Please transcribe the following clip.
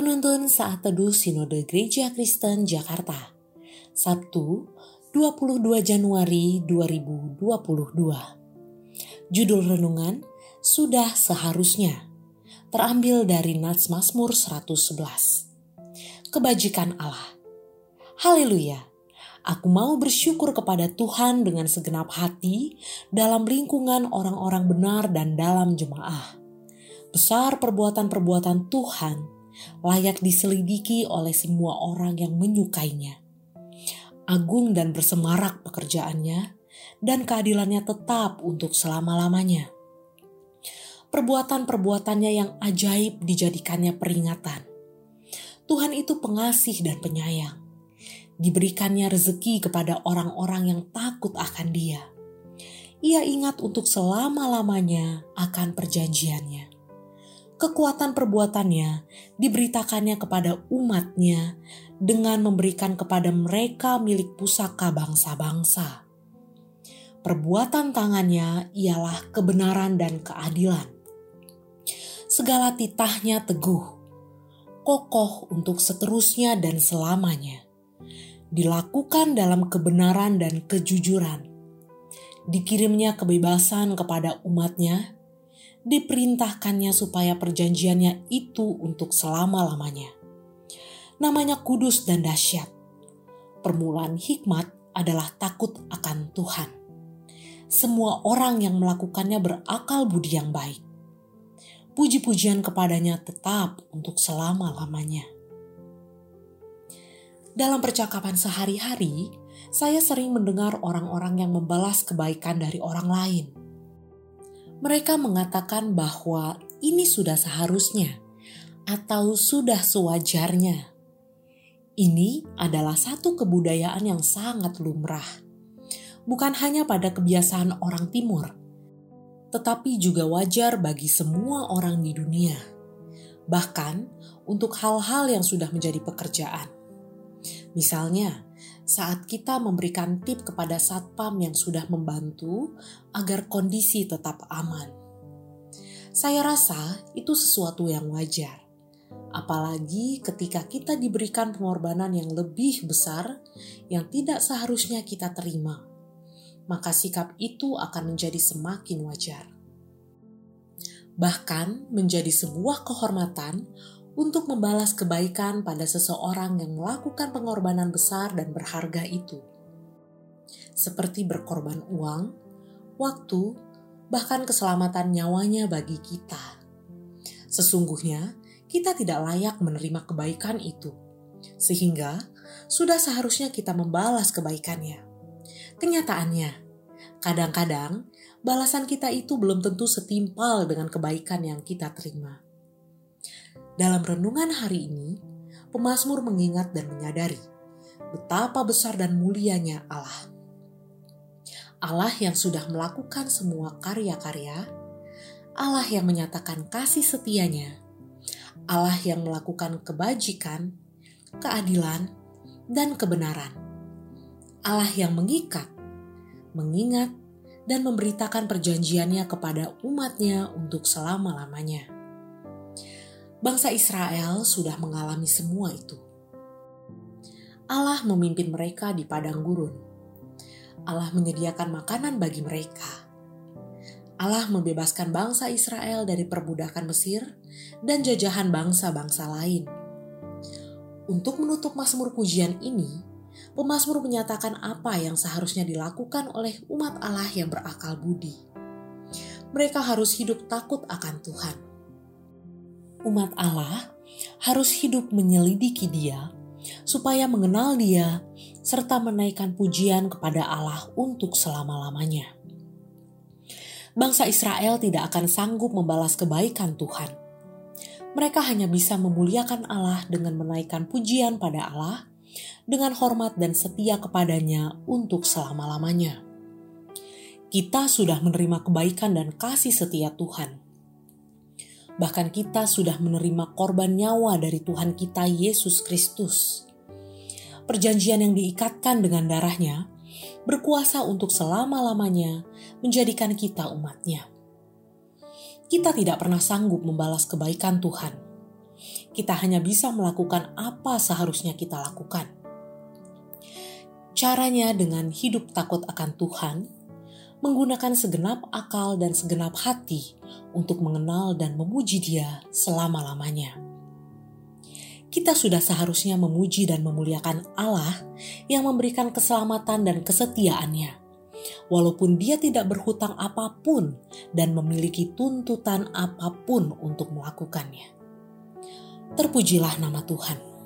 Penuntun Saat Teduh Sinode Gereja Kristen Jakarta, Sabtu 22 Januari 2022. Judul renungan, Sudah Seharusnya, terambil dari Nats Mazmur 111. Kebajikan Allah. Haleluya! Aku mau bersyukur kepada Tuhan dengan segenap hati dalam lingkungan orang-orang benar dan dalam jemaah. Besar perbuatan-perbuatan Tuhan, layak diselidiki oleh semua orang yang menyukainya. Agung dan bersemarak pekerjaannya, dan keadilannya tetap untuk selama-lamanya. Perbuatan-perbuatannya yang ajaib dijadikannya peringatan. Tuhan itu pengasih dan penyayang. Diberikannya rezeki kepada orang-orang yang takut akan Dia. Ia ingat untuk selama-lamanya akan perjanjiannya. Kekuatan perbuatannya diberitakannya kepada umatnya dengan memberikan kepada mereka milik pusaka bangsa-bangsa. Perbuatan tangannya ialah kebenaran dan keadilan. Segala titahnya teguh, kokoh untuk seterusnya dan selamanya. Dilakukan dalam kebenaran dan kejujuran. Dikirimnya kebebasan kepada umatnya, diperintahkannya supaya perjanjiannya itu untuk selama-lamanya. Namanya kudus dan dahsyat. Permulaan hikmat adalah takut akan Tuhan. Semua orang yang melakukannya berakal budi yang baik. Puji-pujian kepadanya tetap untuk selama-lamanya. Dalam percakapan sehari-hari, saya sering mendengar orang-orang yang membalas kebaikan dari orang lain. Mereka mengatakan bahwa ini sudah seharusnya atau sudah sewajarnya. Ini adalah satu kebudayaan yang sangat lumrah. Bukan hanya pada kebiasaan orang Timur, tetapi juga wajar bagi semua orang di dunia. Bahkan untuk hal-hal yang sudah menjadi pekerjaan. Misalnya, saat kita memberikan tip kepada satpam yang sudah membantu agar kondisi tetap aman. Saya rasa itu sesuatu yang wajar. Apalagi ketika kita diberikan pengorbanan yang lebih besar yang tidak seharusnya kita terima. Maka sikap itu akan menjadi semakin wajar. Bahkan menjadi sebuah kehormatan untuk membalas kebaikan pada seseorang yang melakukan pengorbanan besar dan berharga itu. Seperti berkorban uang, waktu, bahkan keselamatan nyawanya bagi kita. Sesungguhnya, kita tidak layak menerima kebaikan itu. Sehingga, sudah seharusnya kita membalas kebaikannya. Kenyataannya, kadang-kadang balasan kita itu belum tentu setimpal dengan kebaikan yang kita terima. Dalam renungan hari ini, pemazmur mengingat dan menyadari betapa besar dan mulianya Allah. Allah yang sudah melakukan semua karya-karya, Allah yang menyatakan kasih setianya, Allah yang melakukan kebajikan, keadilan, dan kebenaran. Allah yang mengikat, mengingat, dan memberitakan perjanjiannya kepada umatnya untuk selama-lamanya. Bangsa Israel sudah mengalami semua itu. Allah memimpin mereka di padang gurun. Allah menyediakan makanan bagi mereka. Allah membebaskan bangsa Israel dari perbudakan Mesir dan jajahan bangsa-bangsa lain. Untuk menutup mazmur pujian ini, pemazmur menyatakan apa yang seharusnya dilakukan oleh umat Allah yang berakal budi. Mereka harus hidup takut akan Tuhan. Umat Allah harus hidup menyelidiki Dia, supaya mengenal Dia, serta menaikkan pujian kepada Allah untuk selama-lamanya. Bangsa Israel tidak akan sanggup membalas kebaikan Tuhan. Mereka hanya bisa memuliakan Allah dengan menaikkan pujian pada Allah, dengan hormat dan setia kepadanya untuk selama-lamanya. Kita sudah menerima kebaikan dan kasih setia Tuhan. Bahkan kita sudah menerima korban nyawa dari Tuhan kita Yesus Kristus. Perjanjian yang diikatkan dengan darahnya berkuasa untuk selama-lamanya menjadikan kita umatnya. Kita tidak pernah sanggup membalas kebaikan Tuhan. kita hanya bisa melakukan apa seharusnya kita lakukan. Caranya dengan hidup takut akan Tuhan, menggunakan segenap akal dan segenap hati untuk mengenal dan memuji Dia selama-lamanya. Kita sudah seharusnya memuji dan memuliakan Allah yang memberikan keselamatan dan kesetiaannya, walaupun Dia tidak berhutang apapun dan memiliki tuntutan apapun untuk melakukannya. Terpujilah nama Tuhan.